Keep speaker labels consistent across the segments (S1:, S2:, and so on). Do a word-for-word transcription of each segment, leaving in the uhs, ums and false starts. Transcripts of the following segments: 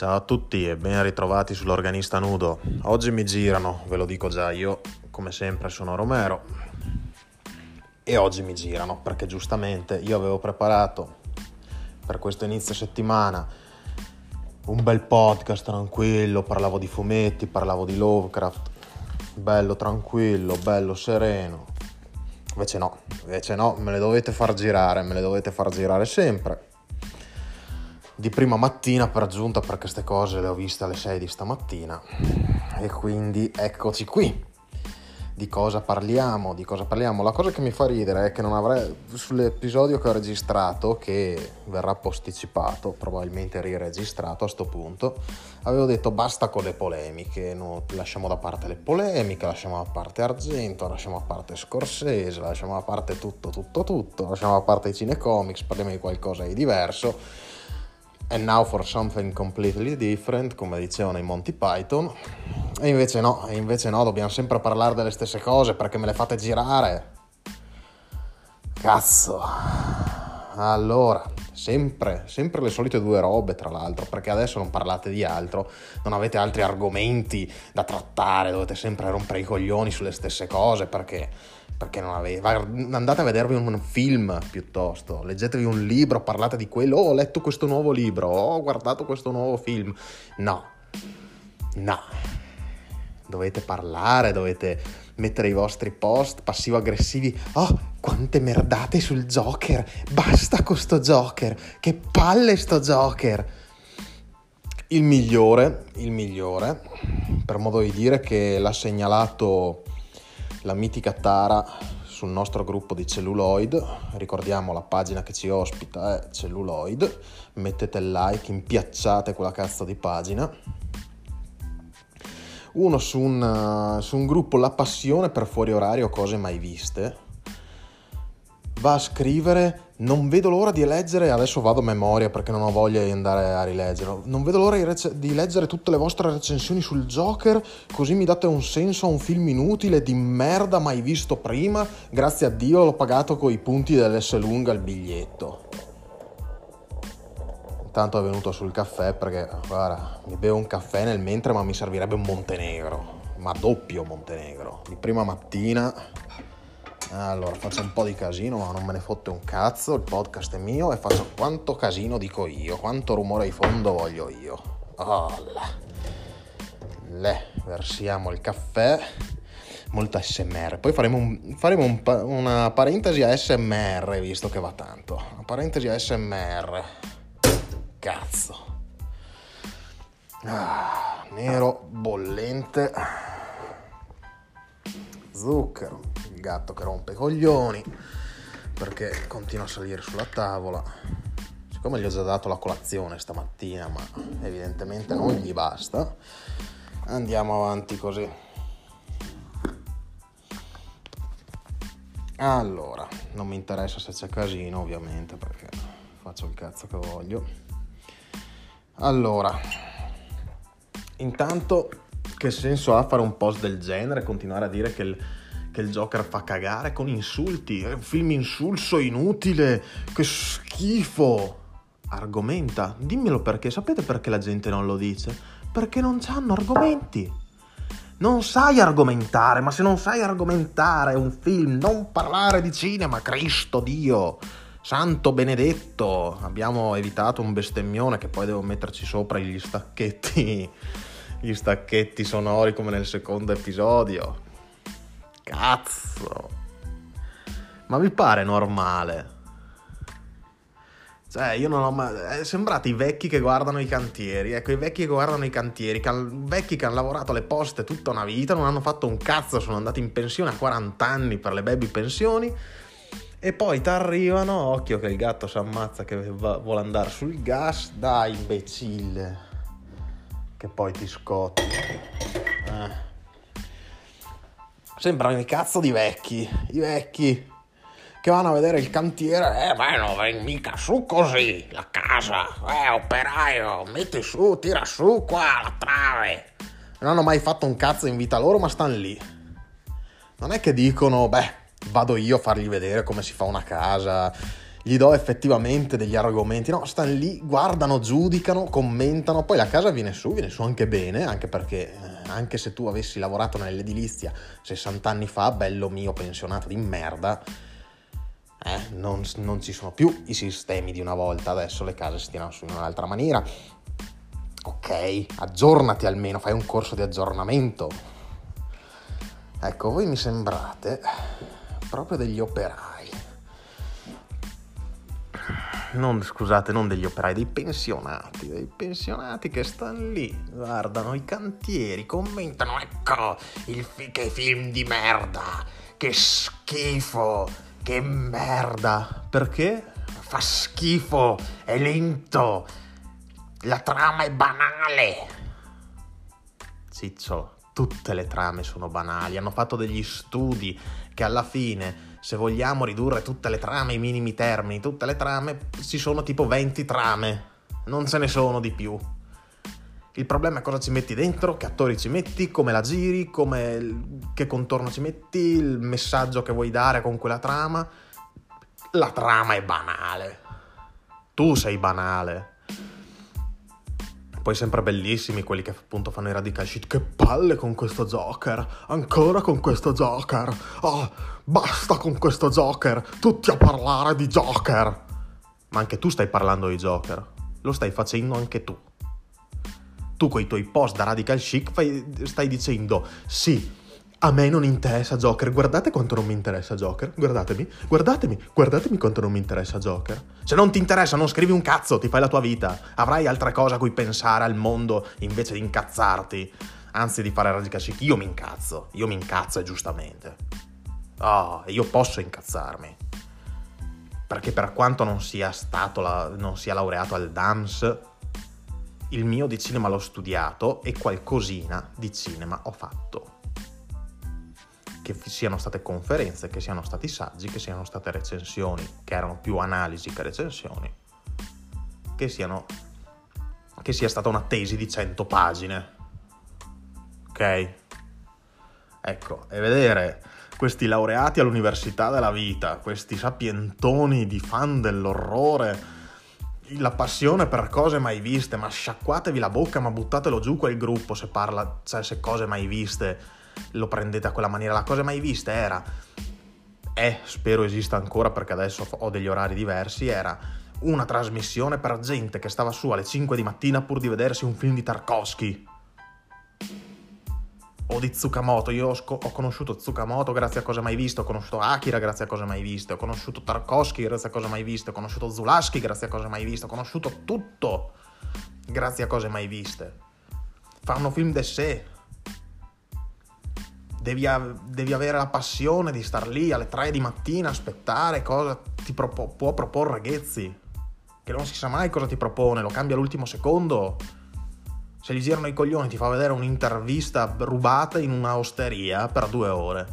S1: Ciao a tutti e ben ritrovati sull'Organista Nudo. Oggi mi girano, ve lo dico già io, come sempre sono Romero. E oggi mi girano perché giustamente io avevo preparato per questo inizio settimana un bel podcast tranquillo, parlavo di fumetti, parlavo di Lovecraft, bello tranquillo, bello sereno. Invece no, invece no, me le dovete far girare, me le dovete far girare sempre. Di prima mattina per giunta, perché queste cose le ho viste alle sei di stamattina e quindi eccoci qui. Di cosa parliamo? Di cosa parliamo? La cosa che mi fa ridere è che non avrei, sull'episodio che ho registrato, che verrà posticipato, probabilmente riregistrato a sto punto, avevo detto basta con le polemiche, no, lasciamo da parte le polemiche, lasciamo da parte Argento, lasciamo da parte Scorsese, lasciamo da parte tutto, tutto, tutto, lasciamo da parte i cinecomics, parliamo di qualcosa di diverso. And now for something completely different, come dicevano i Monty Python. E invece no, e invece no, dobbiamo sempre parlare delle stesse cose perché me le fate girare. Cazzo. Allora, sempre, sempre le solite due robe, tra l'altro, perché adesso non parlate di altro, non avete altri argomenti da trattare, dovete sempre rompere i coglioni sulle stesse cose, perché... perché non avete, andate a vedervi un film piuttosto, leggetevi un libro, parlate di quello, oh, ho letto questo nuovo libro, oh, ho guardato questo nuovo film. No, no, dovete parlare, dovete mettere i vostri post passivo-aggressivi. Oh, quante merdate sul Joker, basta con sto Joker, che palle sto Joker. Il migliore, il migliore, per modo di dire, che l'ha segnalato la mitica Tara sul nostro gruppo di Celluloid. Ricordiamo la pagina che ci ospita è Celluloid, mettete il like, impiacciate quella cazzo di pagina. Uno su un, su un gruppo La Passione per fuori orario cose mai viste va a scrivere: non vedo l'ora di leggere, adesso vado a memoria perché non ho voglia di andare a rileggere, non vedo l'ora di, rec- di leggere tutte le vostre recensioni sul Joker, così mi date un senso a un film inutile di merda mai visto prima, grazie a Dio l'ho pagato coi punti dell'S lunga il biglietto. Intanto è venuto sul caffè perché, guarda, mi bevo un caffè nel mentre, ma mi servirebbe un Montenegro, ma doppio Montenegro, di prima mattina. Allora, faccio un po' di casino, ma non me ne fotte un cazzo, il podcast è mio e faccio quanto casino dico io, quanto rumore di fondo voglio io. Oh, le, versiamo il caffè, molto A S M R, poi faremo, un, faremo un, una parentesi A S M R, visto che va tanto, una parentesi A S M R, cazzo. Ah, nero, bollente, zucchero. Il gatto che rompe i coglioni perché continua a salire sulla tavola. Siccome gli ho già dato la colazione stamattina, ma evidentemente non gli basta, andiamo avanti così. Allora, non mi interessa se c'è casino, ovviamente, perché faccio il cazzo che voglio. Allora, intanto, che senso ha fare un post del genere, continuare a dire che il che il Joker fa cagare con insulti, è un film insulso, inutile, che schifo. Argomenta, dimmelo perché, sapete perché la gente non lo dice? Perché non c'hanno argomenti. Non sai argomentare, ma se non sai argomentare un film, non parlare di cinema, Cristo Dio, santo benedetto. Abbiamo evitato un bestemmione che poi devo metterci sopra gli stacchetti, gli stacchetti sonori come nel secondo episodio. Cazzo, ma vi pare normale? Cioè, io non ho mai... sembrate i vecchi che guardano i cantieri. Ecco, i vecchi che guardano i cantieri, che han... vecchi che hanno lavorato alle poste tutta una vita, non hanno fatto un cazzo, sono andati in pensione a quaranta anni per le baby pensioni, e poi ti arrivano, occhio che il gatto si ammazza che va... vuole andare sul gas, dai imbecille, che poi ti scotti. Eh. Sembrano i cazzo di vecchi, i vecchi che vanno a vedere il cantiere. Eh, beh, non vieni mica su così, la casa, eh, operaio, metti su, tira su qua la trave. Non hanno mai fatto un cazzo in vita loro, ma stanno lì. Non è che dicono, beh, vado io a fargli vedere come si fa una casa, gli do effettivamente degli argomenti, no, stanno lì, guardano, giudicano, commentano, poi la casa viene su, viene su anche bene, anche perché, eh, anche se tu avessi lavorato nell'edilizia sessanta anni fa, bello mio pensionato di merda, eh, non, non ci sono più i sistemi di una volta, adesso le case si tirano su in un'altra maniera. Ok, aggiornati almeno, fai un corso di aggiornamento. Ecco, voi mi sembrate proprio degli operai. Non, scusate, non degli operai, dei pensionati, dei pensionati che stanno lì, guardano i cantieri, commentano, ecco, il fi- che film di merda, che schifo, che merda. Perché? Fa schifo, è lento, la trama è banale. Ciccio, tutte le trame sono banali, hanno fatto degli studi che alla fine, se vogliamo ridurre tutte le trame ai minimi termini, tutte le trame, ci sono tipo venti trame, non ce ne sono di più. Il problema è cosa ci metti dentro, che attori ci metti, come la giri, come, che contorno ci metti, il messaggio che vuoi dare con quella trama. La trama è banale, tu sei banale. Poi sempre bellissimi quelli che appunto fanno i radical shit. Che palle con questo Joker, ancora con questo Joker, oh, basta con questo Joker, tutti a parlare di Joker. Ma anche tu stai parlando di Joker, lo stai facendo anche tu. Tu con i tuoi post da radical chic fai, stai dicendo sì, a me non interessa Joker, guardate quanto non mi interessa Joker, guardatemi, guardatemi, guardatemi quanto non mi interessa Joker. Se non ti interessa non scrivi un cazzo, ti fai la tua vita, avrai altre cose a cui pensare al mondo invece di incazzarti, anzi di fare radical chic. Io mi incazzo, io mi incazzo e giustamente. Oh, io posso incazzarmi, perché per quanto non sia stato, la, non sia laureato al D A M S, il mio di cinema l'ho studiato e qualcosina di cinema ho fatto. Che siano state conferenze, che siano stati saggi, che siano state recensioni, che erano più analisi che recensioni, che siano che sia stata una tesi di cento pagine. Ok? Ecco, e vedere questi laureati all'università della vita, questi sapientoni di fan dell'orrore, la passione per cose mai viste, ma sciacquatevi la bocca, ma buttatelo giù quel gruppo se parla, cioè se cose mai viste lo prendete a quella maniera. La cosa mai vista era, e spero esista ancora perché adesso ho degli orari diversi, era una trasmissione per gente che stava su alle cinque di mattina pur di vedersi un film di Tarkovsky o di Tsukamoto. Io ho, sc- ho conosciuto Tsukamoto grazie a Cose Mai Viste, ho conosciuto Akira grazie a Cose Mai Viste, ho conosciuto Tarkovsky grazie a Cose Mai Viste, ho conosciuto Zulawski grazie a Cose Mai Viste, ho conosciuto tutto grazie a Cose Mai Viste. Fanno film de sé. Devi, av- devi avere la passione di star lì alle tre di mattina a aspettare cosa ti propo- può proporre Ghezzi, che non si sa mai cosa ti propone, lo cambia all'ultimo secondo. Se gli girano i coglioni ti fa vedere un'intervista rubata in una osteria per due ore.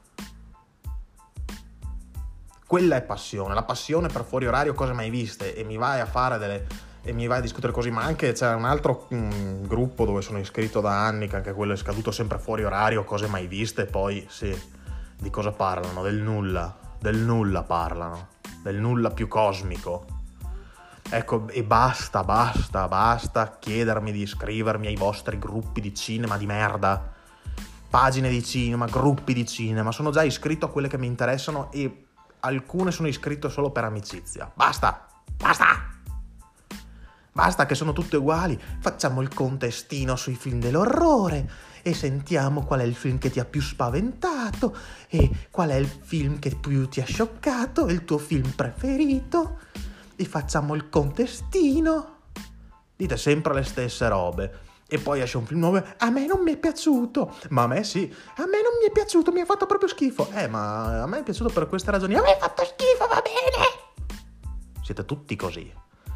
S1: Quella è passione. La passione per fuori orario Cose Mai Viste, e mi vai a fare delle e mi vai a discutere così. Ma anche c'è un altro mh, gruppo dove sono iscritto da anni, che anche quello è scaduto, sempre fuori orario Cose Mai Viste. Poi sì, di cosa parlano? Del nulla, del nulla parlano, del nulla più cosmico. Ecco, e basta, basta, basta chiedermi di iscrivermi ai vostri gruppi di cinema di merda, pagine di cinema, gruppi di cinema. Sono già iscritto a quelle che mi interessano e alcune sono iscritto solo per amicizia. Basta, basta, basta, che sono tutte uguali. Facciamo il contestino sui film dell'orrore e sentiamo qual è il film che ti ha più spaventato e qual è il film che più ti ha scioccato, il tuo film preferito. E facciamo il contestino. Dite sempre le stesse robe. E poi esce un film nuovo. A me non mi è piaciuto. Ma a me sì. A me non mi è piaciuto, mi ha fatto proprio schifo. Eh, ma a me è piaciuto per queste ragioni. A me ha fatto schifo, va bene. Siete tutti così.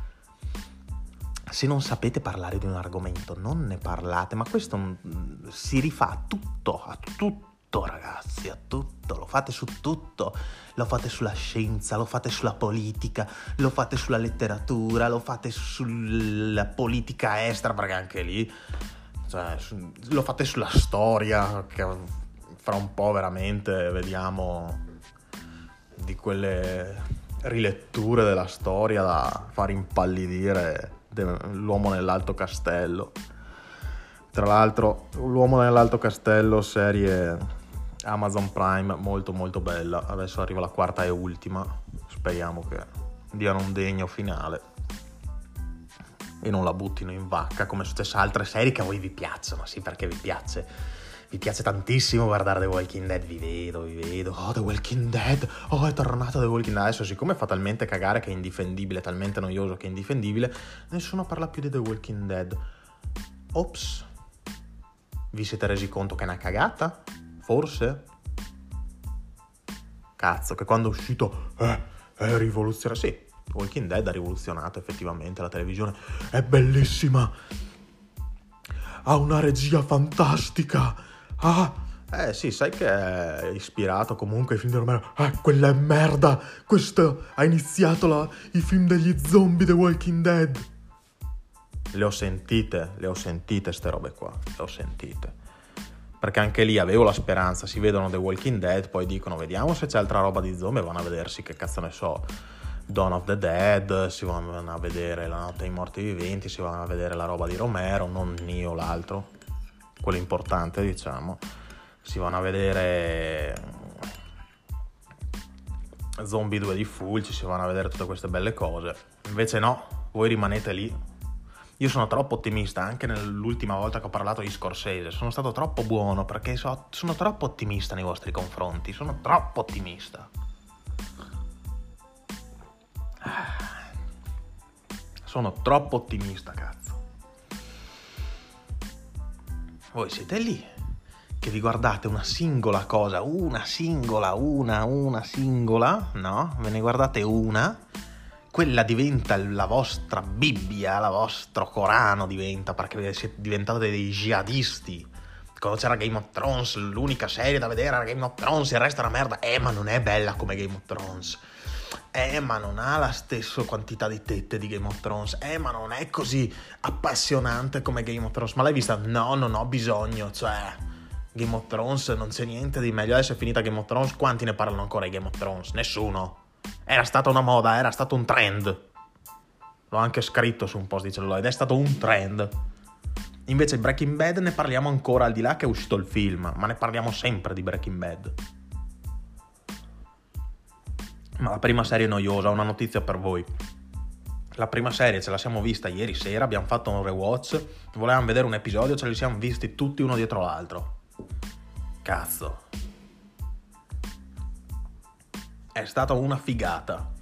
S1: Se non sapete parlare di un argomento, non ne parlate. Ma questo si rifà a tutto, a tutto. Ragazzi, a tutto, lo fate su tutto, lo fate sulla scienza, lo fate sulla politica, lo fate sulla letteratura, lo fate sulla politica estera, perché anche lì, cioè, lo fate sulla storia, che fra un po' veramente vediamo di quelle riletture della storia da far impallidire l'uomo nell'alto castello. Tra l'altro, l'uomo nell'alto castello, serie Amazon Prime, molto molto bella. Adesso arriva la quarta e ultima, speriamo che diano un degno finale e non la buttino in vacca come è successo a altre serie che a voi vi piacciono. Sì, perché vi piace vi piace tantissimo guardare The Walking Dead. Vi vedo, vi vedo oh The Walking Dead, oh è tornato The Walking Dead. Adesso siccome fa talmente cagare che è indifendibile, talmente noioso che è indifendibile, nessuno parla più di The Walking Dead. Ops, vi siete resi conto che è una cagata? Forse? Cazzo, che quando è uscito eh, è rivoluzionario. Sì, Walking Dead ha rivoluzionato effettivamente la televisione. È bellissima, ha una regia fantastica. Ah, eh sì, sai che è ispirato comunque ai film di Romero. Ah, quella è merda. Questo ha iniziato la, i film degli zombie The Walking Dead. Le ho sentite, le ho sentite ste robe qua, le ho sentite. Perché anche lì avevo la speranza, si vedono The Walking Dead, poi dicono vediamo se c'è altra roba di zombie, vanno a vedersi che cazzo ne so, Dawn of the Dead, si vanno a vedere La notte dei morti viventi, si vanno a vedere la roba di Romero, non Neo l'altro, quello importante diciamo, si vanno a vedere Zombie due di Fulci, si vanno a vedere tutte queste belle cose. Invece no, voi rimanete lì. Io sono troppo ottimista, anche nell'ultima volta che ho parlato di Scorsese, sono stato troppo buono perché so, sono troppo ottimista nei vostri confronti, sono troppo ottimista. Sono troppo ottimista, cazzo. Voi siete lì, che vi guardate una singola cosa, una singola, una, una singola, no? Ve ne guardate una, quella diventa la vostra Bibbia, la vostro Corano diventa, perché siete diventati dei jihadisti. Quando c'era Game of Thrones, l'unica serie da vedere era Game of Thrones, il resto era merda. Eh, ma non è bella come Game of Thrones. Eh, ma non ha la stessa quantità di tette di Game of Thrones. Eh, ma non è così appassionante come Game of Thrones. Ma l'hai vista? No, non ho bisogno, cioè Game of Thrones non c'è niente di meglio. Adesso è finita Game of Thrones, quanti ne parlano ancora di Game of Thrones? Nessuno. Era stata una moda, era stato un trend. L'ho anche scritto su un post di celluloide, è stato un trend. Invece Breaking Bad ne parliamo ancora, al di là che è uscito il film, ma ne parliamo sempre di Breaking Bad. Ma la prima serie è noiosa, ho una notizia per voi. La prima serie ce la siamo vista ieri sera, abbiamo fatto un rewatch, volevamo vedere un episodio, ce li siamo visti tutti uno dietro l'altro. Cazzo. È stata una figata.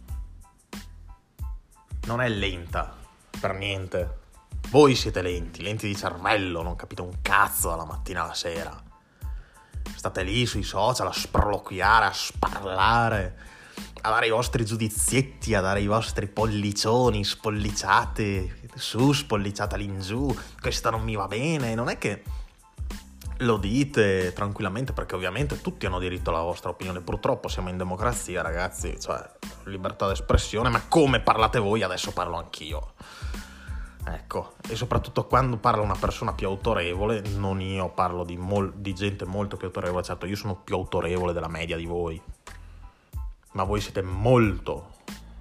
S1: Non è lenta, per niente. Voi siete lenti, lenti di cervello, non capite un cazzo dalla mattina alla sera. State lì sui social a sproloquiare, a sparlare, a dare i vostri giudizietti, a dare i vostri pollicioni, spolliciate su, spolliciata l'ingiù, questa non mi va bene. Non è che lo dite tranquillamente, perché ovviamente tutti hanno diritto alla vostra opinione. Purtroppo siamo in democrazia, ragazzi, cioè libertà d'espressione, ma come parlate voi adesso parlo anch'io. Ecco, e soprattutto quando parla una persona più autorevole, non io, parlo di, mol- di gente molto più autorevole. Certo, io sono più autorevole della media di voi, ma voi siete molto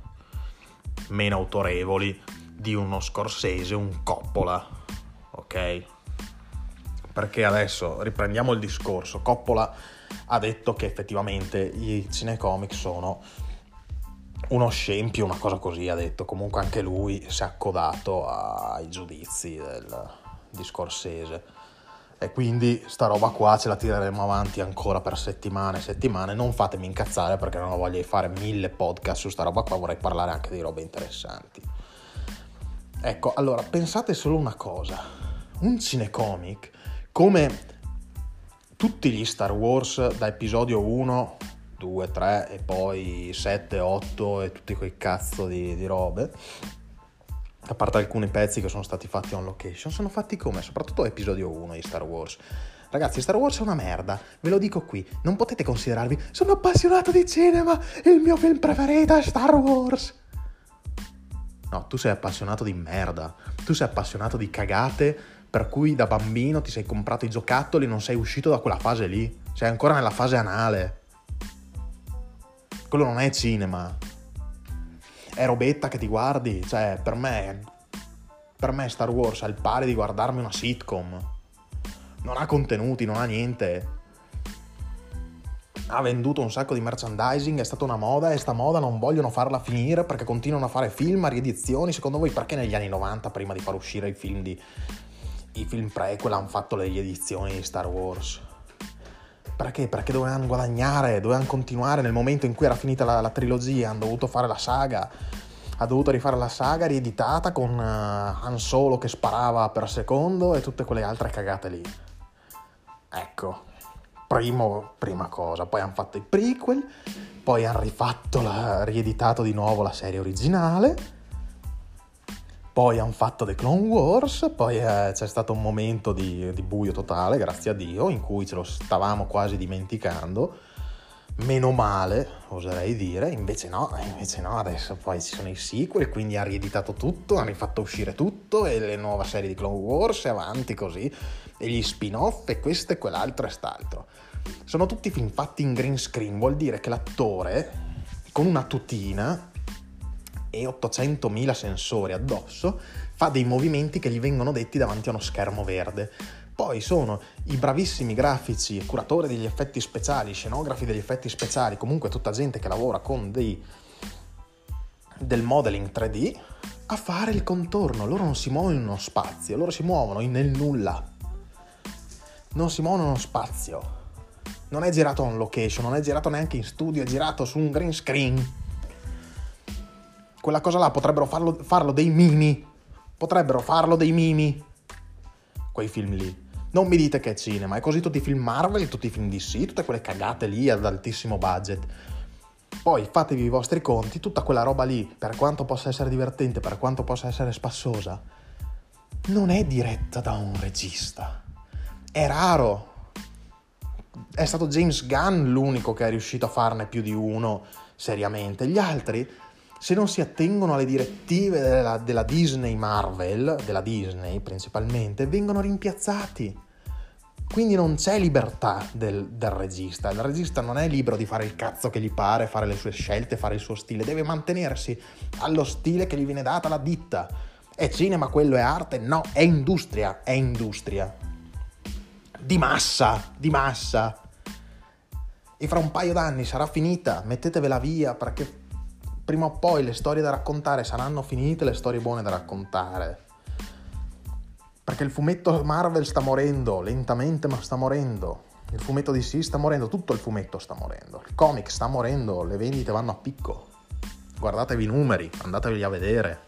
S1: meno autorevoli di uno Scorsese, un Coppola, ok? Perché adesso riprendiamo il discorso. Coppola ha detto che effettivamente i cinecomic sono uno scempio, una cosa così ha detto. Comunque anche lui si è accodato ai giudizi del, di Scorsese, e quindi sta roba qua ce la tireremo avanti ancora per settimane e settimane. Non fatemi incazzare, perché non ho voglia di fare mille podcast su sta roba qua, vorrei parlare anche di robe interessanti. Ecco, allora pensate solo una cosa: un cinecomic, come tutti gli Star Wars da episodio uno, due, tre e poi sette, otto e tutti quei cazzo di, di robe, a parte alcuni pezzi che sono stati fatti on location, sono fatti come? Soprattutto episodio uno di Star Wars. Ragazzi, Star Wars è una merda, ve lo dico qui, non potete considerarvi sono appassionato di cinema, il mio film preferito è Star Wars. No, tu sei appassionato di merda, tu sei appassionato di cagate, per cui da bambino ti sei comprato i giocattoli e non sei uscito da quella fase lì, sei ancora nella fase anale. Quello non è cinema. è robetta che ti guardi, cioè per me, per me Star Wars è il pari di guardarmi una sitcom, non ha contenuti, non ha niente, ha venduto un sacco di merchandising, è stata una moda e sta moda non vogliono farla finire perché continuano a fare film a riedizioni. Secondo voi perché negli anni novanta, prima di far uscire i film di i film prequel, hanno fatto le riedizioni di Star Wars? Perché? Perché dovevano guadagnare, dovevano continuare. Nel momento in cui era finita la, la trilogia, hanno dovuto fare la saga, ha dovuto rifare la saga rieditata con uh, Han Solo che sparava per secondo e tutte quelle altre cagate lì. Ecco, primo, prima cosa. Poi hanno fatto i prequel, poi hanno rifatto, la, rieditato di nuovo la serie originale, poi hanno fatto The Clone Wars, poi eh, c'è stato un momento di, di buio totale, grazie a Dio, in cui ce lo stavamo quasi dimenticando, meno male, oserei dire, invece no, invece no, adesso poi ci sono i sequel, quindi ha rieditato tutto, hanno rifatto uscire tutto, e le nuove serie di Clone Wars, e avanti così, e gli spin-off, e questo e quell'altro e st'altro. Sono tutti film fatti in green screen, vuol dire che l'attore, con una tutina e ottocentomila sensori addosso, fa dei movimenti che gli vengono detti davanti a uno schermo verde. Poi sono i bravissimi grafici, curatori degli effetti speciali, scenografi degli effetti speciali, comunque tutta gente che lavora con dei del modeling tre D a fare il contorno. Loro non si muovono in uno spazio, loro si muovono nel nulla, non si muovono in uno spazio, non è girato on location, non è girato neanche in studio, è girato su un green screen. Quella cosa là potrebbero farlo, farlo dei mimi, potrebbero farlo dei mimi, quei film lì. Non mi dite che è cinema, è così tutti i film Marvel, tutti i film D C, tutte quelle cagate lì ad altissimo budget. Poi fatevi i vostri conti, tutta quella roba lì, per quanto possa essere divertente, per quanto possa essere spassosa, non è diretta da un regista. È raro. È stato James Gunn l'unico che è riuscito a farne più di uno seriamente. Gli altri, se non si attengono alle direttive della, della Disney Marvel, della Disney principalmente, vengono rimpiazzati. Quindi non c'è libertà del, del regista. Il regista non è libero di fare il cazzo che gli pare, fare le sue scelte, fare il suo stile. Deve mantenersi allo stile che gli viene data la ditta. È cinema, quello è arte? No, è industria, è industria. Di massa, di massa. E fra un paio d'anni sarà finita, mettetevela via, perché prima o poi le storie da raccontare saranno finite, le storie buone da raccontare. Perché il fumetto Marvel sta morendo, lentamente ma sta morendo. Il fumetto D C sta morendo, tutto il fumetto sta morendo. Il comic sta morendo, le vendite vanno a picco. Guardatevi i numeri, andatevi a vedere.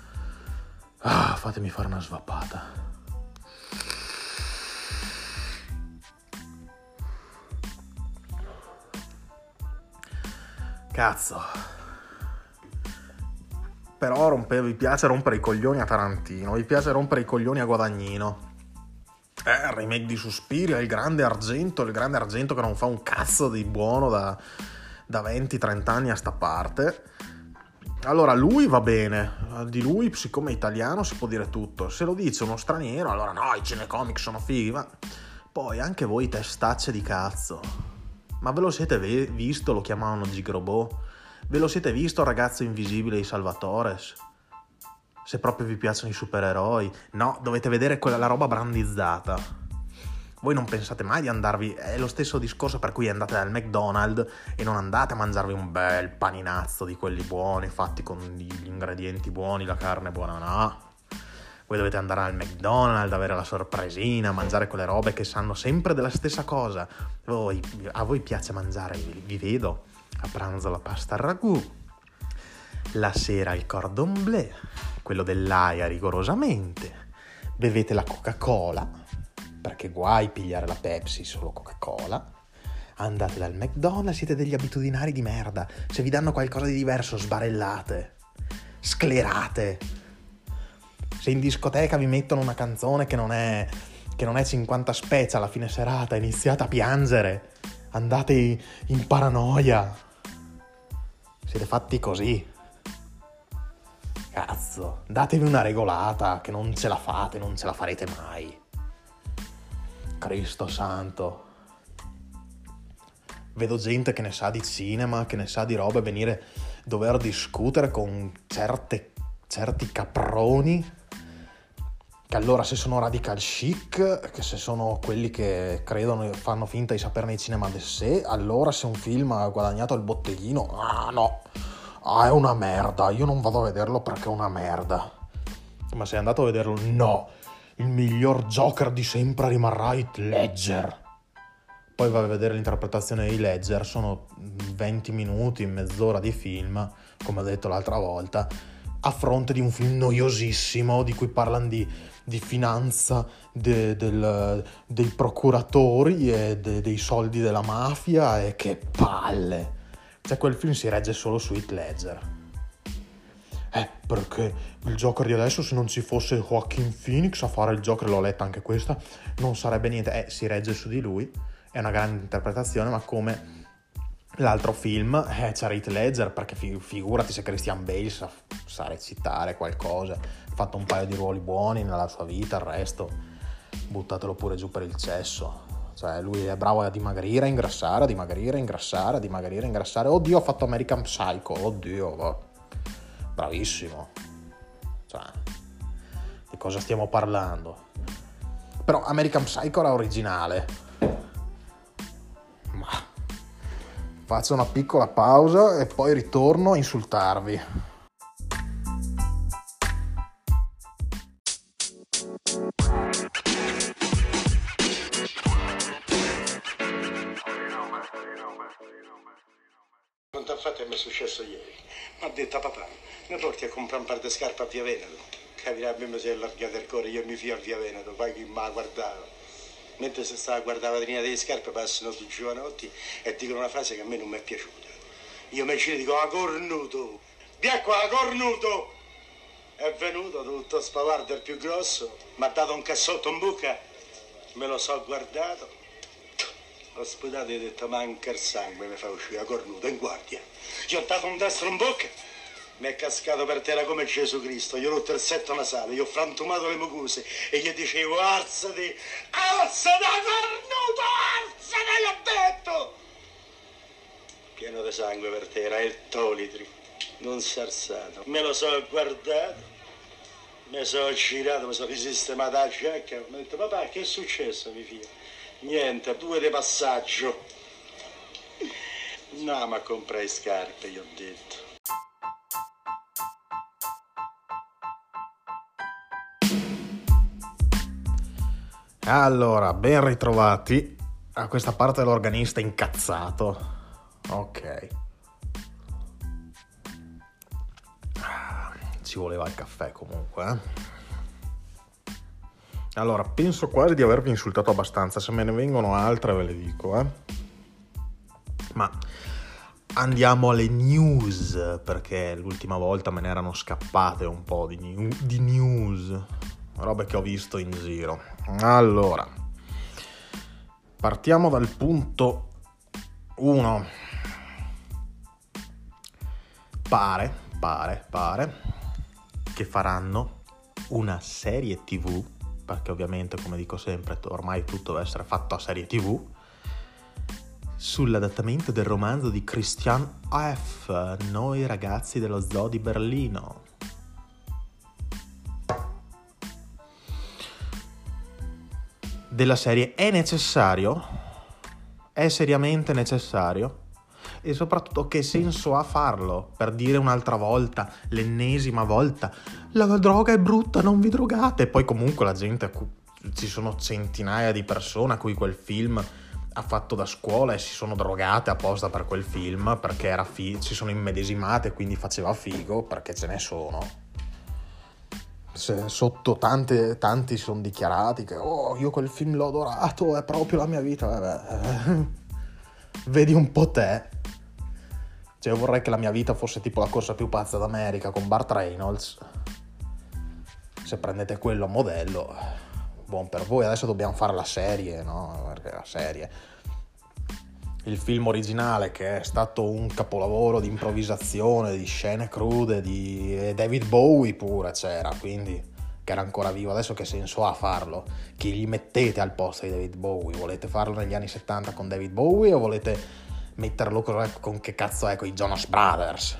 S1: Ah, fatemi fare una svappata. Cazzo. Però rompe, vi piace rompere i coglioni a Tarantino, vi piace rompere i coglioni a Guadagnino. Eh, il remake di Suspiria, il grande Argento, il grande Argento che non fa un cazzo di buono da, da venti trenta anni a sta parte. Allora, lui va bene, di lui, siccome è italiano, si può dire tutto. Se lo dice uno straniero, allora no, i cinecomic sono fighi, ma poi anche voi testacce di cazzo. Ma ve lo siete ve- visto, lo chiamavano Gigrobot? Ve lo siete visto il ragazzo invisibile di Salvatores? Se proprio vi piacciono i supereroi. No, dovete vedere quella la roba brandizzata. Voi non pensate mai di andarvi... È lo stesso discorso per cui andate dal McDonald's e non andate a mangiarvi un bel paninazzo di quelli buoni, fatti con gli ingredienti buoni, la carne buona, no. Voi dovete andare al McDonald's, avere la sorpresina, mangiare quelle robe che sanno sempre della stessa cosa. Voi, a voi piace mangiare, vi, vi vedo, a pranzo la pasta al ragù, la sera il cordon bleu, quello dell'aia rigorosamente, bevete la Coca-Cola, perché guai pigliare la Pepsi, solo Coca-Cola, andate dal McDonald's, siete degli abitudinari di merda, se vi danno qualcosa di diverso sbarellate, sclerate. Se in discoteca vi mettono una canzone che non è che non è cinquanta Special alla fine serata, iniziate a piangere, andate in paranoia. Siete fatti così. Cazzo, datevi una regolata, che non ce la fate, non ce la farete mai. Cristo santo. vedo gente che ne sa di cinema, che ne sa di robe, venire, dover discutere con certe, certi caproni, che allora se sono radical chic, che se sono quelli che credono, fanno finta di saperne di cinema de sé, allora se un film ha guadagnato il botteghino, ah no, ah è una merda, io non vado a vederlo perché è una merda. Ma sei andato a vederlo? No, il miglior Joker di sempre rimarrà Heath Ledger. Poi vai a vedere l'interpretazione di Ledger, sono venti minuti, mezz'ora di film, come ho detto l'altra volta, a fronte di un film noiosissimo di cui parlano di, di finanza, de, del, dei procuratori e de, dei soldi della mafia, e che palle! Cioè quel film si regge solo su Heath Ledger. Eh, perché il Joker di adesso, se non ci fosse Joaquin Phoenix a fare il Joker, l'ho letta anche questa, non sarebbe niente. Eh, si regge su di lui, è una grande interpretazione, ma come l'altro film eh, c'era Heath Ledger, perché fi- figurati se Christian Bale sa, sa recitare qualcosa, ha fatto un paio di ruoli buoni nella sua vita, il resto buttatelo pure giù per il cesso. Cioè lui è bravo a dimagrire, a ingrassare, a dimagrire, a ingrassare, a dimagrire, a ingrassare. Oddio, ha fatto American Psycho, oddio, va. Bravissimo. Cioè, di cosa stiamo parlando? Però American Psycho era originale. Ma faccio una piccola pausa e poi ritorno a insultarvi.
S2: Non t'ha fatto e mi è successo ieri. Mi ha detto papà, mi porti a comprare un par di scarpe a Via Veneto. Capirà, a me mi si è allargato il cuore, io mi fio a Via Veneto, poi chi mi guardava. Mentre si stava a guardare la vetrina delle scarpe passano due giovanotti e dicono una frase che a me non mi è piaciuta. Io mi giro e dico, a cornuto, via qua, a cornuto! È venuto tutto spavardo, il più grosso, mi ha dato un cassotto in bocca, me lo so guardato. Ho sputato e ho detto, manca il sangue, mi fa uscire a cornuto, in guardia. Gli ho dato un destro in bocca, mi è cascato per terra come Gesù Cristo, gli ho rotto il setto nasale, gli ho frantumato le mucose e gli dicevo, alzati, alzati a cornuto, alzati, gli ho detto! Pieno di sangue per terra, e il tolitri, non si è alzato. Me lo so guardato, mi sono girato, mi sono risistemato la giacca, mi ho detto, papà, che è successo, mio figlio? Niente, due di passaggio. No, ma comprai scarpe, gli ho detto.
S1: Allora, ben ritrovati a questa parte dell'organista incazzato. Ok. Ci voleva il caffè comunque, eh. Allora, penso quasi di avervi insultato abbastanza, se me ne vengono altre ve le dico, eh. Ma andiamo alle news, perché l'ultima volta me ne erano scappate un po' di, new- di news, robe che ho visto in giro. Allora, partiamo dal punto uno. Pare, pare, pare che faranno una serie tivù, perché ovviamente, come dico sempre, ormai tutto deve essere fatto a serie tivù, sull'adattamento del romanzo di Christian F., Noi ragazzi dello zoo di Berlino. Della serie è necessario? È seriamente necessario? E soprattutto che senso ha farlo? Per dire un'altra volta, l'ennesima volta, la droga è brutta, non vi drogate. E poi comunque la gente, ci sono centinaia di persone a cui quel film ha fatto da scuola e si sono drogate apposta per quel film, perché era fi- si sono immedesimate, quindi faceva figo, perché ce ne sono. Se sotto tante, tanti sono dichiarati che oh, io quel film l'ho adorato, è proprio la mia vita. Vabbè. Vedi un po' te. Cioè, io vorrei che la mia vita fosse tipo La corsa più pazza d'America con Burt Reynolds. Se prendete quello a modello, buon per voi. Adesso dobbiamo fare la serie, no? Perché la serie, il film originale, che è stato un capolavoro di improvvisazione, di scene crude, di e David Bowie pure c'era, quindi, che era ancora vivo. Adesso che senso ha farlo? Chi gli mettete al posto di David Bowie? Volete farlo negli anni settanta con David Bowie o volete metterlo con, con che cazzo è, con i Jonas Brothers.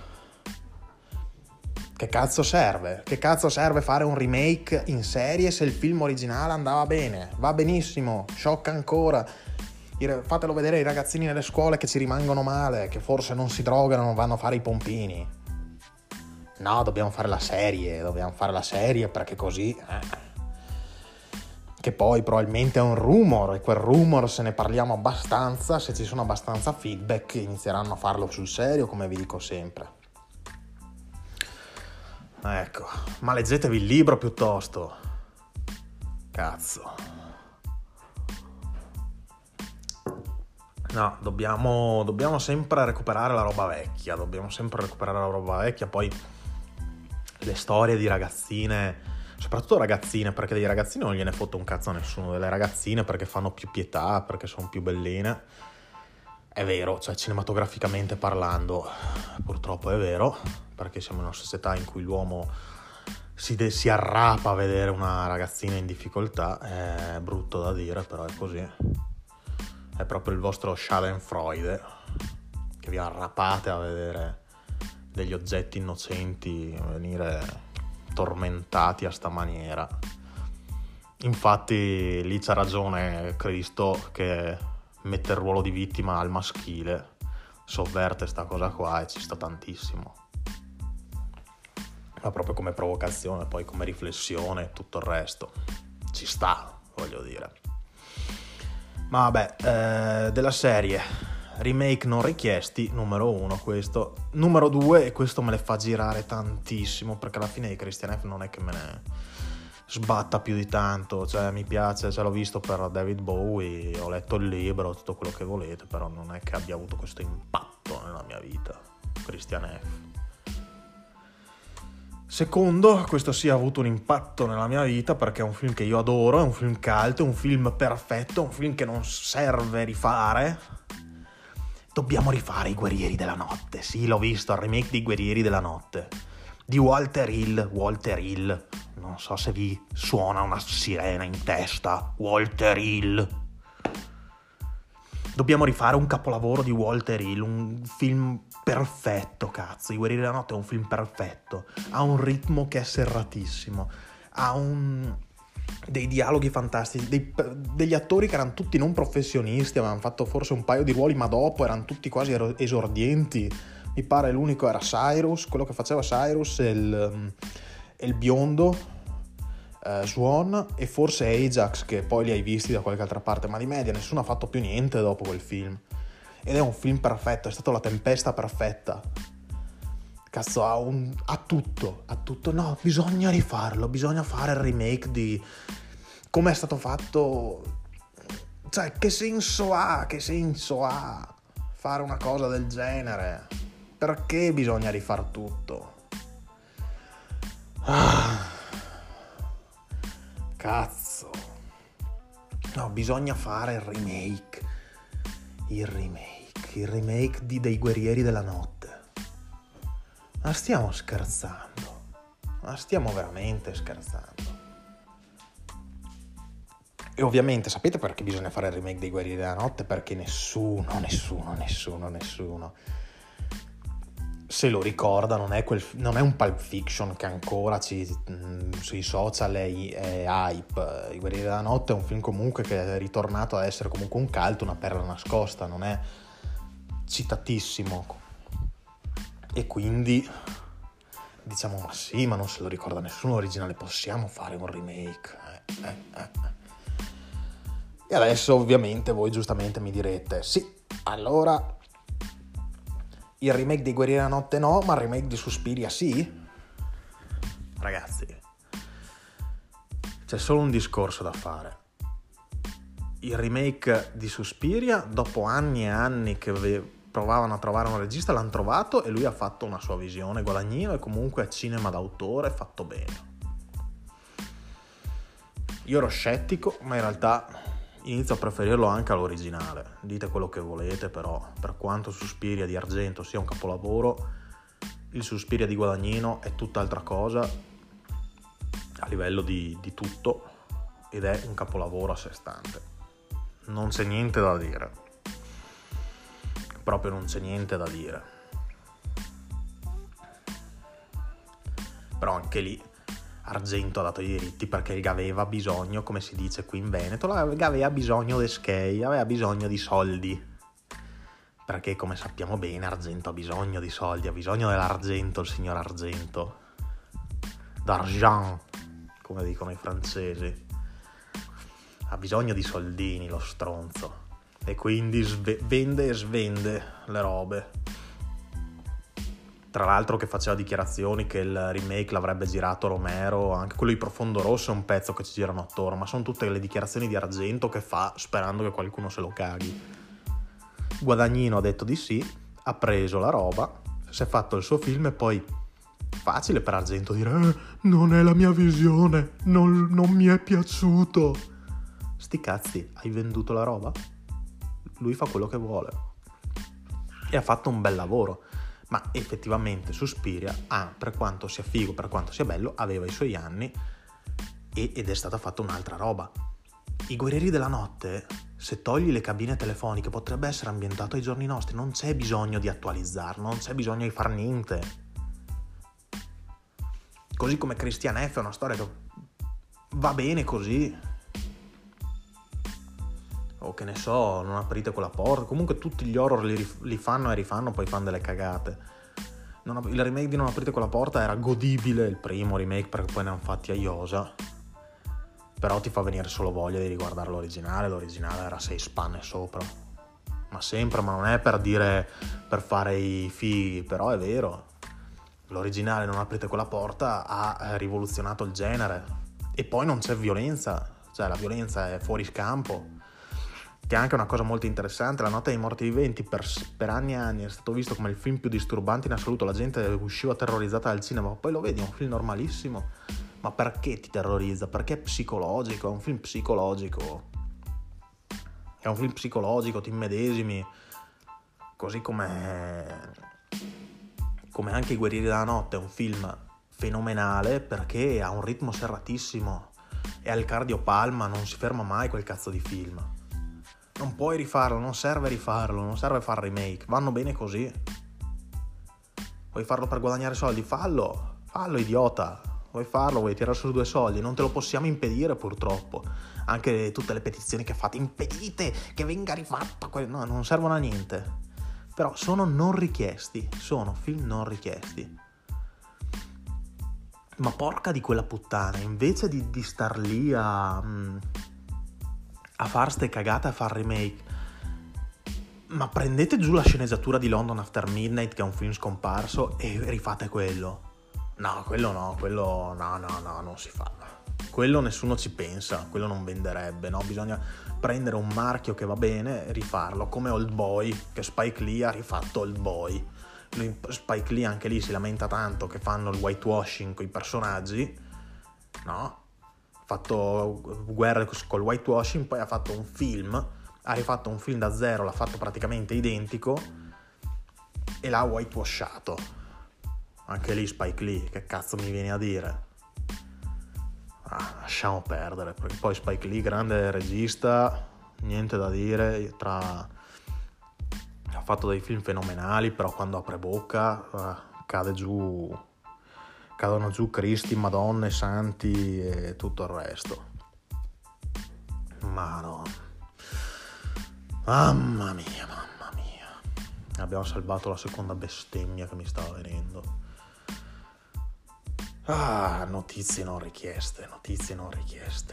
S1: Che cazzo serve? Che cazzo serve fare un remake in serie se il film originale andava bene? Va benissimo, sciocca ancora. Fatelo vedere ai ragazzini nelle scuole che ci rimangono male, che forse non si drogano, non vanno a fare i pompini. No, dobbiamo fare la serie, dobbiamo fare la serie perché così... Eh. Che poi probabilmente è un rumor, e quel rumor, se ne parliamo abbastanza, se ci sono abbastanza feedback, inizieranno a farlo sul serio, come vi dico sempre. Ecco, ma leggetevi il libro piuttosto. Cazzo. No, dobbiamo, dobbiamo sempre recuperare la roba vecchia, dobbiamo sempre recuperare la roba vecchia, poi le storie di ragazzine, soprattutto ragazzine, perché dei ragazzini non gliene fotte un cazzo a nessuno, delle ragazzine perché fanno più pietà, perché sono più belline. È vero, cioè cinematograficamente parlando, purtroppo è vero, perché siamo in una società in cui l'uomo si, de- si arrapa a vedere una ragazzina in difficoltà, è brutto da dire, però è così. È proprio il vostro Schadenfreude, che vi arrapate a vedere degli oggetti innocenti venire tormentati a sta maniera. Infatti lì c'ha ragione Cristo che mette il ruolo di vittima al maschile, sovverte sta cosa qua e ci sta tantissimo. Ma proprio come provocazione, poi come riflessione e tutto il resto. Ci sta, voglio dire. Ma vabbè, eh, della serie, remake non richiesti, numero uno questo. Numero due, e questo me le fa girare tantissimo, perché alla fine di Christian F non è che me ne sbatta più di tanto, cioè mi piace, ce l'ho visto per David Bowie, ho letto il libro, tutto quello che volete, però non è che abbia avuto questo impatto nella mia vita, Christian F. Secondo, questo sì ha avuto un impatto nella mia vita perché è un film che io adoro, è un film cult, è un film perfetto, è un film che non serve rifare. Dobbiamo rifare I Guerrieri della Notte, sì, l'ho visto, il remake di I Guerrieri della Notte, di Walter Hill, Walter Hill, non so se vi suona una sirena in testa, Walter Hill. Dobbiamo rifare un capolavoro di Walter Hill, un film perfetto, cazzo. I Guerrieri della Notte è un film perfetto, ha un ritmo che è serratissimo, ha un... dei dialoghi fantastici, dei... degli attori che erano tutti non professionisti, avevano fatto forse un paio di ruoli, ma dopo erano tutti quasi esordienti. Mi pare l'unico era Cyrus, quello che faceva Cyrus, e il, e il biondo eh, Swan, e forse Ajax, che poi li hai visti da qualche altra parte, ma di media nessuno ha fatto più niente dopo quel film. Ed è un film perfetto, è stata la tempesta perfetta. Cazzo, ha, un, ha tutto, ha tutto. No, bisogna rifarlo, bisogna fare il remake di come è stato fatto. Cioè, che senso ha, che senso ha fare una cosa del genere? Perché bisogna rifar tutto? Ah, cazzo. No, bisogna fare il remake. Il remake. Il remake di dei Guerrieri della Notte. Ma stiamo scherzando? Ma stiamo veramente scherzando? E ovviamente sapete perché bisogna fare il remake dei Guerrieri della Notte? Perché nessuno, nessuno, nessuno, nessuno se lo ricorda, non è, quel, non è un Pulp Fiction che ancora ci, mh, sui social è, è hype. I Guerrieri della Notte è un film comunque che è ritornato a essere comunque un cult, una perla nascosta, non è citatissimo. E quindi diciamo, ma sì, ma non se lo ricorda nessuno l'originale, possiamo fare un remake. Eh, eh, eh. E adesso ovviamente voi giustamente mi direte, sì, allora... il remake di Guerrieri della Notte no, ma il remake di Suspiria sì? Ragazzi, c'è solo un discorso da fare. Il remake di Suspiria, dopo anni e anni che provavano a trovare un regista, l'hanno trovato e lui ha fatto una sua visione, guadagnino, e comunque è cinema d'autore fatto bene. Io ero scettico, ma in realtà... inizio a preferirlo anche all'originale. Dite quello che volete, però per quanto Suspiria di Argento sia un capolavoro, il Suspiria di Guadagnino è tutt'altra cosa a livello di, di tutto, ed è un capolavoro a sé stante. Non c'è niente da dire. proprio non c'è niente da dire. Però anche lì Argento ha dato i diritti perché il aveva bisogno, come si dice qui in Veneto, aveva bisogno di skei, aveva bisogno di soldi. Perché come sappiamo bene Argento ha bisogno di soldi, ha bisogno dell'argento il signor Argento. D'argent, come dicono i francesi. Ha bisogno di soldini lo stronzo. E quindi sve- vende e svende le robe. Tra l'altro che faceva dichiarazioni che il remake l'avrebbe girato Romero, anche quello di Profondo Rosso è un pezzo che ci girano attorno, ma sono tutte le dichiarazioni di Argento che fa sperando che qualcuno se lo caghi. Guadagnino ha detto di sì, ha preso la roba, si è fatto il suo film e poi facile per Argento dire eh, non è la mia visione, non, non mi è piaciuto. Sti cazzi, hai venduto la roba? Lui fa quello che vuole e ha fatto un bel lavoro. Ma effettivamente Suspiria, ah, per quanto sia figo, per quanto sia bello, aveva i suoi anni e, ed è stata fatta un'altra roba. I Guerrieri della Notte, se togli le cabine telefoniche, potrebbe essere ambientato ai giorni nostri, non c'è bisogno di attualizzarlo, non c'è bisogno di far niente. Così come Christian F. è una storia che va bene così. O che ne so, Non aprite quella porta. Comunque tutti gli horror li, li fanno e rifanno, poi fanno delle cagate. Non, il remake di Non aprite quella porta era godibile, il primo remake, perché poi ne hanno fatti a iosa. Però ti fa venire solo voglia di riguardare l'originale. L'originale era sei spanne sopra. Ma sempre, ma non è per dire, per fare i fighi, però è vero. L'originale Non aprite quella porta ha rivoluzionato il genere. E poi non c'è violenza. Cioè la violenza è fuori scampo. Che è anche una cosa molto interessante. La notte dei morti viventi per, per anni e anni è stato visto come il film più disturbante in assoluto, la gente usciva terrorizzata dal cinema, ma poi lo vedi, è un film normalissimo. Ma perché ti terrorizza? Perché è psicologico, è un film psicologico, è un film psicologico, ti immedesimi, così come come anche I Guerrieri della Notte è un film fenomenale perché ha un ritmo serratissimo e al cardiopalma, non si ferma mai quel cazzo di film. Non puoi rifarlo, non serve rifarlo, non serve fare remake, vanno bene così. Vuoi farlo per guadagnare soldi? Fallo, fallo idiota. Vuoi farlo, vuoi tirare su due soldi, non te lo possiamo impedire purtroppo. Anche tutte le petizioni che fate, impedite che venga rifatto, no, non servono a niente. Però sono non richiesti, sono film non richiesti. Ma porca di quella puttana, invece di, di star lì a... Mh, a far ste cagate, a far remake, ma prendete giù la sceneggiatura di London After Midnight, che è un film scomparso, e rifate quello. No, quello no, quello no, no, no, non si fa. Quello nessuno ci pensa, quello non venderebbe, no? Bisogna prendere un marchio che va bene e rifarlo, come Old Boy, che Spike Lee ha rifatto Old Boy. Lui, Spike Lee anche lì si lamenta tanto che fanno il whitewashing con i personaggi, no? Fatto guerre col whitewashing, poi ha fatto un film, ha rifatto un film da zero, l'ha fatto praticamente identico e l'ha whitewashato. Anche lì Spike Lee, che cazzo mi viene a dire? Ah, lasciamo perdere, perché poi Spike Lee, grande regista, niente da dire, tra... ha fatto dei film fenomenali, però quando apre bocca uh, cade giù... cadono giù Cristi, Madonne, Santi e tutto il resto. Ma no. Mamma mia, mamma mia. Abbiamo salvato la seconda bestemmia che mi stava venendo. Ah, notizie non richieste, notizie non richieste.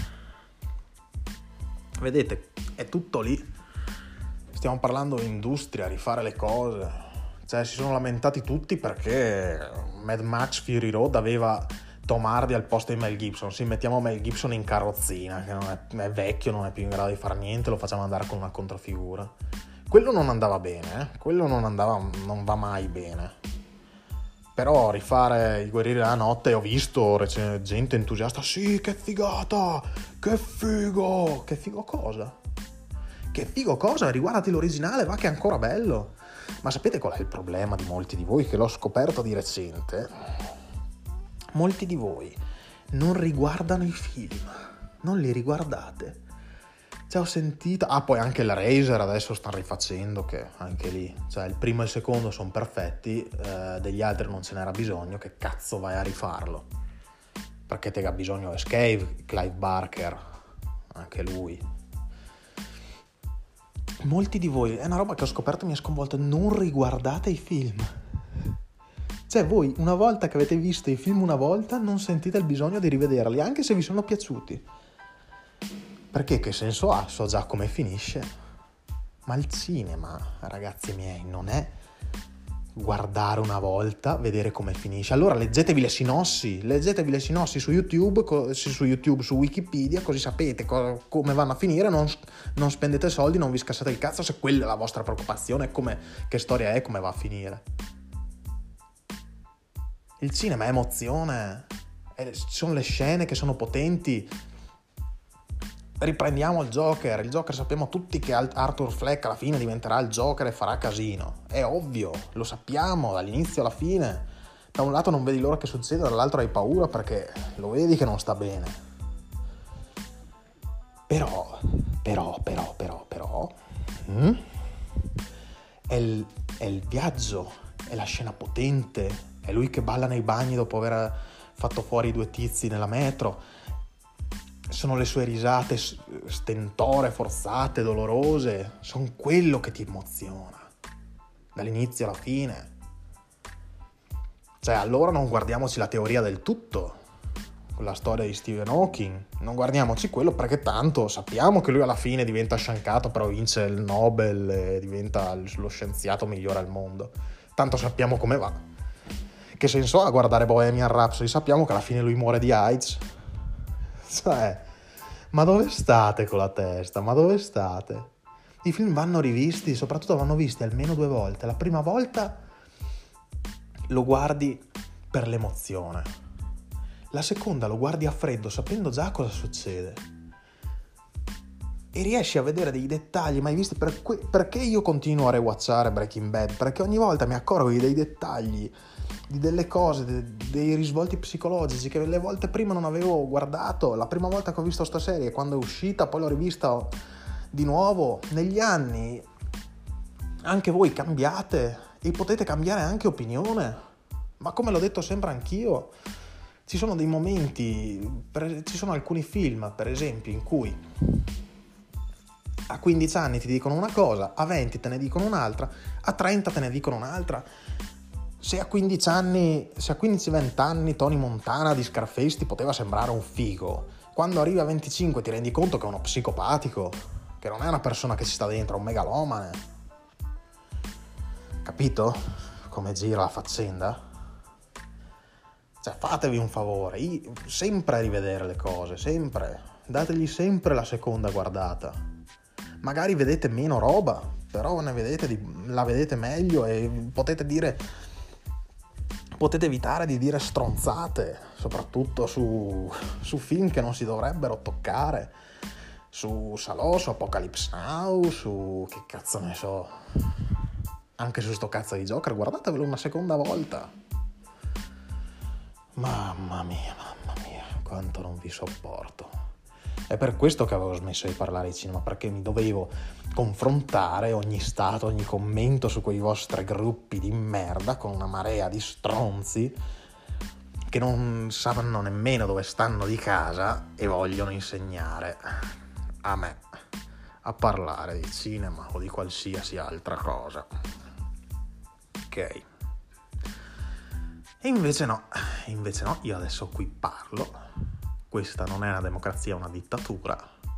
S1: Vedete, è tutto lì. Stiamo parlando di industria, rifare le cose. Cioè, si sono lamentati tutti perché Mad Max Fury Road aveva Tom Hardy al posto di Mel Gibson. Sì, mettiamo Mel Gibson in carrozzina, che non è, è vecchio, non è più in grado di fare niente, lo facciamo andare con una controfigura. Quello non andava bene, eh? Quello non andava, non va mai bene. Però rifare I Guerrieri della Notte, ho visto gente entusiasta, sì, che figata, che figo. Che figo cosa? Che figo cosa? Riguardati l'originale, va che è ancora bello. Ma sapete qual è il problema di molti di voi, che l'ho scoperto di recente? Molti di voi non riguardano i film, non li riguardate. Cioè ho sentito, ah poi anche il Razer adesso stanno rifacendo, che anche lì, cioè il primo e il secondo sono perfetti, eh, degli altri non ce n'era bisogno, che cazzo vai a rifarlo? Perché te ha bisogno Escape, Clive Barker, anche lui. Molti di voi, è una roba che ho scoperto e mi ha sconvolto, non riguardate i film. Cioè voi una volta che avete visto i film una volta non sentite il bisogno di rivederli, anche se vi sono piaciuti. Perché che senso ha? So già come finisce. Ma il cinema, ragazzi miei, non è guardare una volta, vedere come finisce. Allora leggetevi le sinossi, leggetevi le sinossi su YouTube, co- su YouTube, su Wikipedia, così sapete co- come vanno a finire, non, non spendete soldi, non vi scassate il cazzo se quella è la vostra preoccupazione, come, che storia è, come va a finire. Il cinema è emozione, è, ci sono le scene che sono potenti. Riprendiamo il Joker, il Joker sappiamo tutti che Arthur Fleck alla fine diventerà il Joker e farà casino, è ovvio, lo sappiamo dall'inizio alla fine. Da un lato non vedi l'ora che succeda, dall'altro hai paura perché lo vedi che non sta bene. Però, però, però, però, però mm? è, il, è il viaggio, è la scena potente, è lui che balla nei bagni dopo aver fatto fuori i due tizi nella metro. Sono le sue risate stentore, forzate, dolorose, sono quello che ti emoziona dall'inizio alla fine. Cioè allora non guardiamoci la teoria del tutto, la storia di Stephen Hawking, non guardiamoci quello perché tanto sappiamo che lui alla fine diventa sciancato, però vince il Nobel e diventa lo scienziato migliore al mondo, tanto sappiamo come va. Che senso ha guardare Bohemian Rhapsody? Sappiamo che alla fine lui muore di AIDS. Cioè, ma dove state con la testa? Ma dove state? I film vanno rivisti, soprattutto vanno visti almeno due volte. La prima volta lo guardi per l'emozione. La seconda lo guardi a freddo, sapendo già cosa succede. E riesci a vedere dei dettagli mai visti. Per que- perché io continuo a rewatchare Breaking Bad? Perché ogni volta mi accorgo di dei dettagli, di delle cose, de- dei risvolti psicologici che le volte prima non avevo guardato. La prima volta che ho visto sta serie, quando è uscita, poi l'ho rivista di nuovo negli anni. Anche voi cambiate e potete cambiare anche opinione, ma come l'ho detto sempre anch'io, ci sono dei momenti, per, ci sono alcuni film per esempio in cui a quindici anni ti dicono una cosa, a venti te ne dicono un'altra, a trenta te ne dicono un'altra. Se a quindici anni, se a quindici venti anni Tony Montana di Scarface ti poteva sembrare un figo, quando arrivi a venticinque ti rendi conto che è uno psicopatico, che non è una persona che ci sta dentro, è un megalomane. Capito come gira la faccenda? Cioè fatevi un favore, io, sempre rivedere le cose, sempre, dategli sempre la seconda guardata. Magari vedete meno roba, però ne vedete di, la vedete meglio e potete dire, potete evitare di dire stronzate, soprattutto su, su film che non si dovrebbero toccare, su Salò, su Apocalypse Now, su che cazzo ne so, anche su sto cazzo di Joker, guardatevelo una seconda volta. Mamma mia, mamma mia, quanto non vi sopporto. È per questo che avevo smesso di parlare di cinema, perché mi dovevo confrontare ogni stato, ogni commento su quei vostri gruppi di merda con una marea di stronzi che non sanno nemmeno dove stanno di casa e vogliono insegnare a me a parlare di cinema o di qualsiasi altra cosa. Ok. E invece no, invece no, io adesso qui parlo. Questa non è una democrazia, è una dittatura.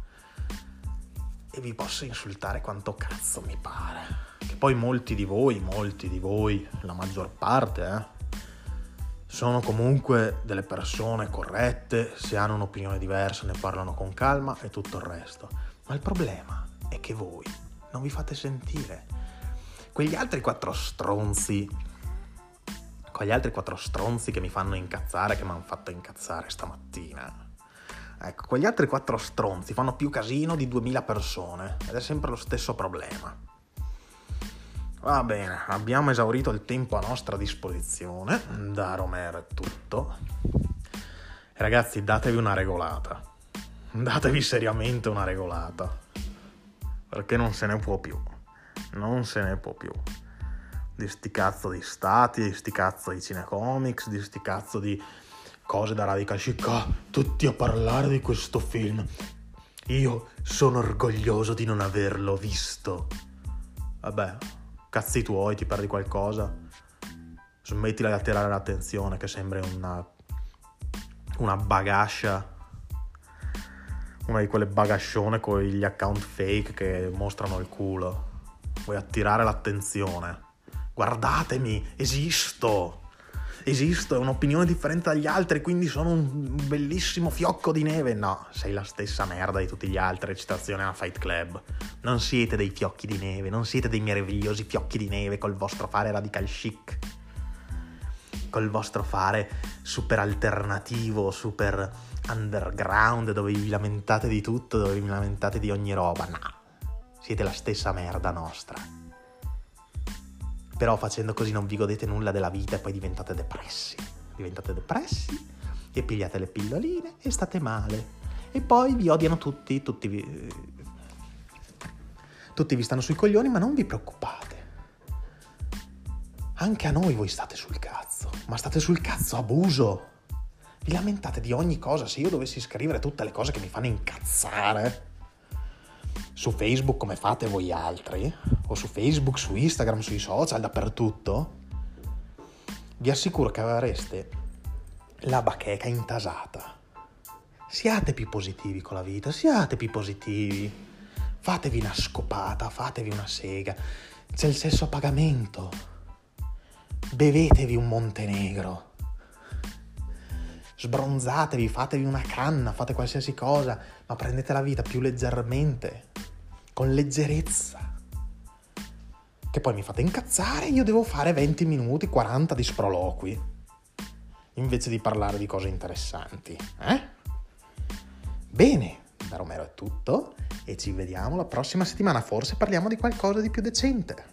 S1: E vi posso insultare quanto cazzo mi pare. Che poi molti di voi, molti di voi, la maggior parte, eh, sono comunque delle persone corrette, se hanno un'opinione diversa ne parlano con calma e tutto il resto. Ma il problema è che voi non vi fate sentire. Quegli altri quattro stronzi, quegli altri quattro stronzi che mi fanno incazzare, che mi hanno fatto incazzare stamattina, ecco, quegli altri quattro stronzi fanno più casino di duemila persone ed è sempre lo stesso problema. Va bene, abbiamo esaurito il tempo a nostra disposizione, da Romero è tutto. Ragazzi, datevi una regolata, datevi seriamente una regolata. perché non se ne può più, non se ne può più. Di sti cazzo di stati, di sti cazzo di cinecomics, di sti cazzo di cose da radical chic. Ah, tutti a parlare di questo film. Io sono orgoglioso di non averlo visto. Vabbè, cazzi tuoi, ti perdi qualcosa. Smettila di attirare l'attenzione, che sembri una una bagascia, una di quelle bagascione con gli account fake che mostrano il culo. Vuoi attirare l'attenzione? Guardatemi, esisto, esisto, è un'opinione differente dagli altri, quindi sono un bellissimo fiocco di neve. No, sei la stessa merda di tutti gli altri. Recitazione a Fight Club. Non siete dei fiocchi di neve, non siete dei meravigliosi fiocchi di neve col vostro fare radical chic, col vostro fare super alternativo, super underground, dove vi lamentate di tutto, dove vi lamentate di ogni roba. No, siete la stessa merda nostra. Però facendo così non vi godete nulla della vita e poi diventate depressi. Diventate depressi e pigliate le pilloline e state male. E poi vi odiano tutti, tutti vi, tutti vi stanno sui coglioni, ma non vi preoccupate. Anche a noi voi state sul cazzo, ma state sul cazzo abuso. Vi lamentate di ogni cosa. Se io dovessi scrivere tutte le cose che mi fanno incazzare su Facebook come fate voi altri, o su Facebook, su Instagram, sui social, dappertutto, vi assicuro che avreste la bacheca intasata. Siate più positivi con la vita, siate più positivi. Fatevi una scopata, fatevi una sega. C'è il sesso a pagamento. Bevetevi un Montenegro. Sbronzatevi, fatevi una canna, fate qualsiasi cosa, ma prendete la vita più leggermente, con leggerezza. Che poi mi fate incazzare, io devo fare venti minuti, quaranta di sproloqui, invece di parlare di cose interessanti. Eh? Bene, da Romero è tutto e ci vediamo la prossima settimana. Forse parliamo di qualcosa di più decente.